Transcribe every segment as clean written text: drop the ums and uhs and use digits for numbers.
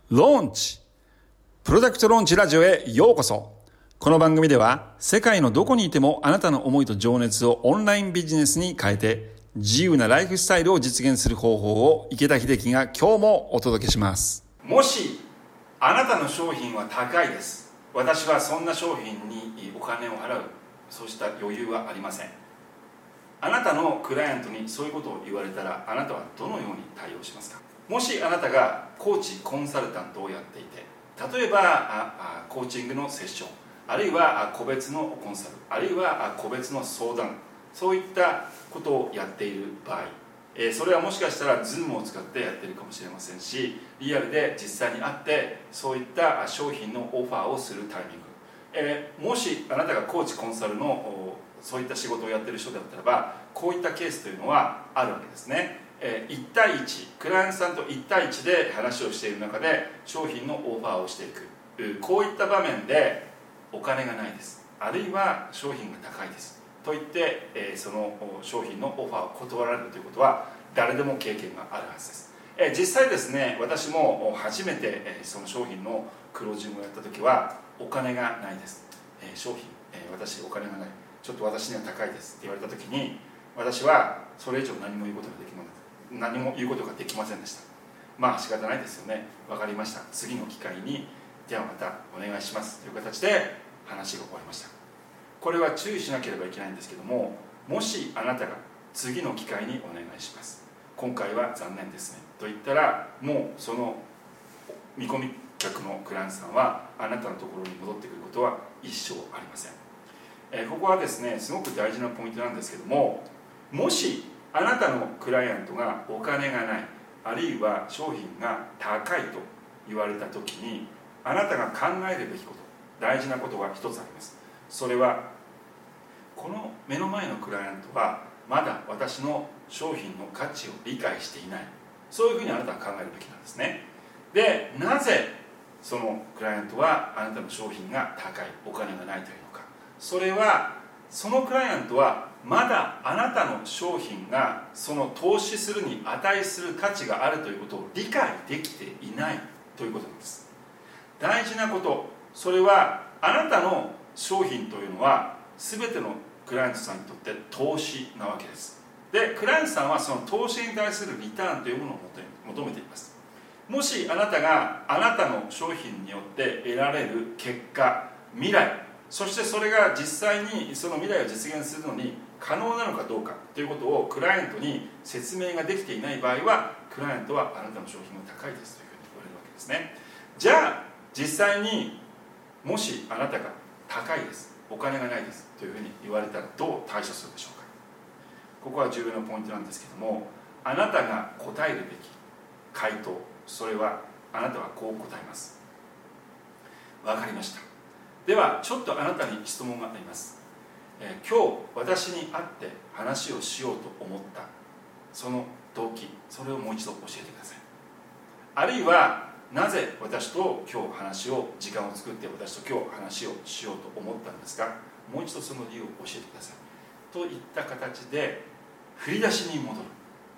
ローンチプロダクトローンチラジオへようこそ。この番組では世界のどこにいてもあなたの思いと情熱をオンラインビジネスに変えて自由なライフスタイルを実現する方法を池田秀樹が今日もお届けします。もしあなたの商品は高いです、私はそんな商品にお金を払う、そうした余裕はありません。あなたのクライアントにそういうことを言われたらあなたはどのように対応しますか？もしあなたがコーチコンサルタントをやっていて、例えばコーチングのセッション、あるいは個別のコンサル、あるいは個別の相談、そういったことをやっている場合、それはもしかしたら Zoom を使ってやっているかもしれませんし、リアルで実際に会ってそういった商品のオファーをするタイミング、もしあなたがコーチコンサルのそういった仕事をやっている人だったらば、こういったケースというのはあるわけですね。1対1、クライアントさんと1対1で話をしている中で商品のオファーをしていく、こういった場面でお金がないです、あるいは商品が高いですと言って、その商品のオファーを断られるということは誰でも経験があるはずです。実際ですね、私も初めてその商品のクロージングをやった時はお金がないです。商品、私お金がない、ちょっと私には高いですって言われた時に、私はそれ以上何も言うことができませんでした。まあ仕方ないですよね。分かりました、次の機会にではまたお願いしますという形で話が終わりました。これは注意しなければいけないんですけども、もしあなたが次の機会にお願いします、今回は残念ですねと言ったら、もうその見込み客のクライアントさんはあなたのところに戻ってくることは一生ありません。ここはですね、すごく大事なポイントなんですけども、もしあなたのクライアントがお金がない、あるいは商品が高いと言われた時に、あなたが考えるべきこと、大事なことが一つあります。それは、この目の前のクライアントはまだ私の商品の価値を理解していない、そういうふうにあなたは考えるべきなんですね。で、なぜそのクライアントはあなたの商品が高い、お金がないというのか。それは、そのクライアントはまだあなたの商品がその投資するに値する価値があるということを理解できていないということなんです。大事なこと、それはあなたの商品というのは全てのクライアントさんにとって投資なわけです。で、クライアントさんはその投資に対するリターンというものを求めています。もしあなたがあなたの商品によって得られる結果、未来、そしてそれが実際にその未来を実現するのに可能なのかどうかということをクライアントに説明ができていない場合は、クライアントはあなたの商品が高いですというふうに言われるわけですね。じゃあ実際にもしあなたが高いです、お金がないですというふうに言われたらどう対処するでしょうか。ここは重要なポイントなんですけども、あなたが答えるべき回答、それはあなたはこう答えます。わかりました、ではちょっとあなたに質問があります。今日私に会って話をしようと思ったその動機、それをもう一度教えてください。あるいはなぜ私と今日時間を作って私と今日話をしようと思ったんですか、もう一度その理由を教えてくださいといった形で振り出しに戻る。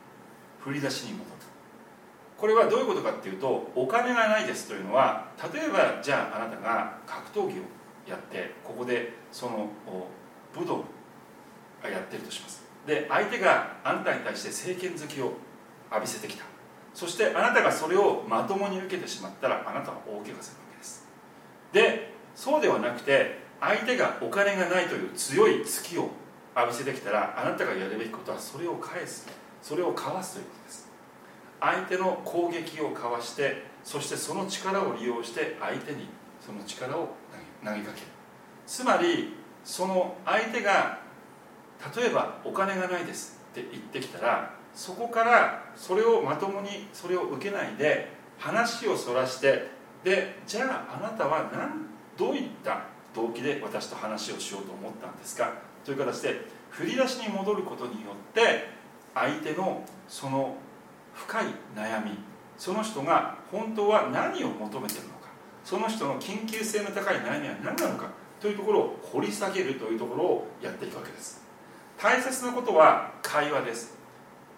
これはどういうことかっていうと、お金がないですというのは、例えばじゃああなたが格闘技をやってここでその武道をやっているとします。で、相手があなたに対して正拳突きを浴びせてきた。そしてあなたがそれをまともに受けてしまったらあなたは大怪我するわけです。で、そうではなくて、相手がお金がないという強い突きを浴びせてきたら、あなたがやるべきことはそれを返す、それをかわすということです。相手の攻撃をかわして、そしてその力を利用して相手にその力を投げかける。つまりその相手が例えばお金がないですって言ってきたら、そこからそれをまともにそれを受けないで話をそらして、で、じゃああなたはどういった動機で私と話をしようと思ったんですかという形で振り出しに戻ることによって、相手のその深い悩み、その人が本当は何を求めているのか、その人の緊急性の高い悩みは何なのかというところを掘り下げるというところをやっていくわけです。大切なことは会話です。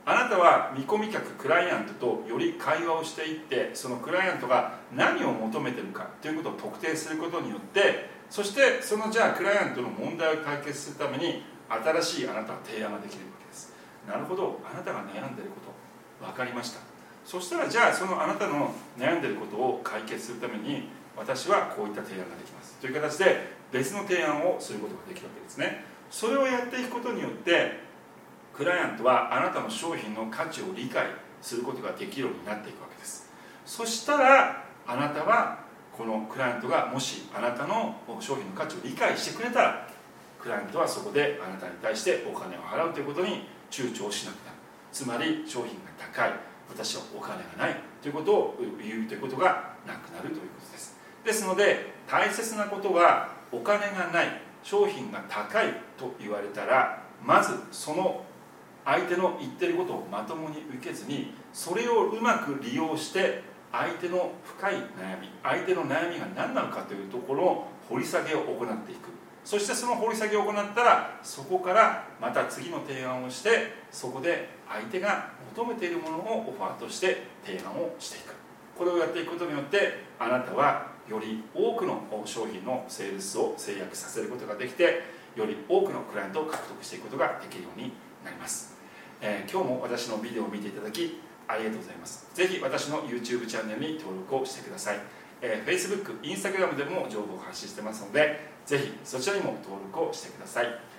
あなたは見込み客クライアントとより会話をしていって、そのクライアントが何を求めているかということを特定することによって、そしてそのじゃあクライアントの問題を解決するために新しいあなたは提案ができるわけです。なるほど、あなたが悩んでいること分かりました。そしたらじゃあそのあなたの悩んでいることを解決するために私はこういった提案ができますという形で別の提案をすることができるわけですね。それをやっていくことによってクライアントはあなたの商品の価値を理解することができるようになっていくわけです。そしたらあなたはこのクライアントがもしあなたの商品の価値を理解してくれたら、クライアントはそこであなたに対してお金を払うということに躊躇しなくなる。つまり商品が高い、私はお金がないということを言うということがなくなるということです。ですので大切なことは、お金がない、商品が高いと言われたら、まずその相手の言ってることをまともに受けずに、それをうまく利用して相手の深い悩み、相手の悩みが何なのかというところの掘り下げを行っていく。そしてその掘り下げを行ったら、そこからまた次の提案をして、そこで相手が求めているものをオファーとして提案をしていく。これをやっていくことによって、あなたはより多くの商品のセールスを制約させることができて、より多くのクライアントを獲得していくことができるようになります。今日も私のビデオを見ていただきありがとうございます。ぜひ私の YouTube チャンネルに登録をしてください。Facebook、Instagram でも情報を発信してますので、ぜひそちらにも登録をしてください。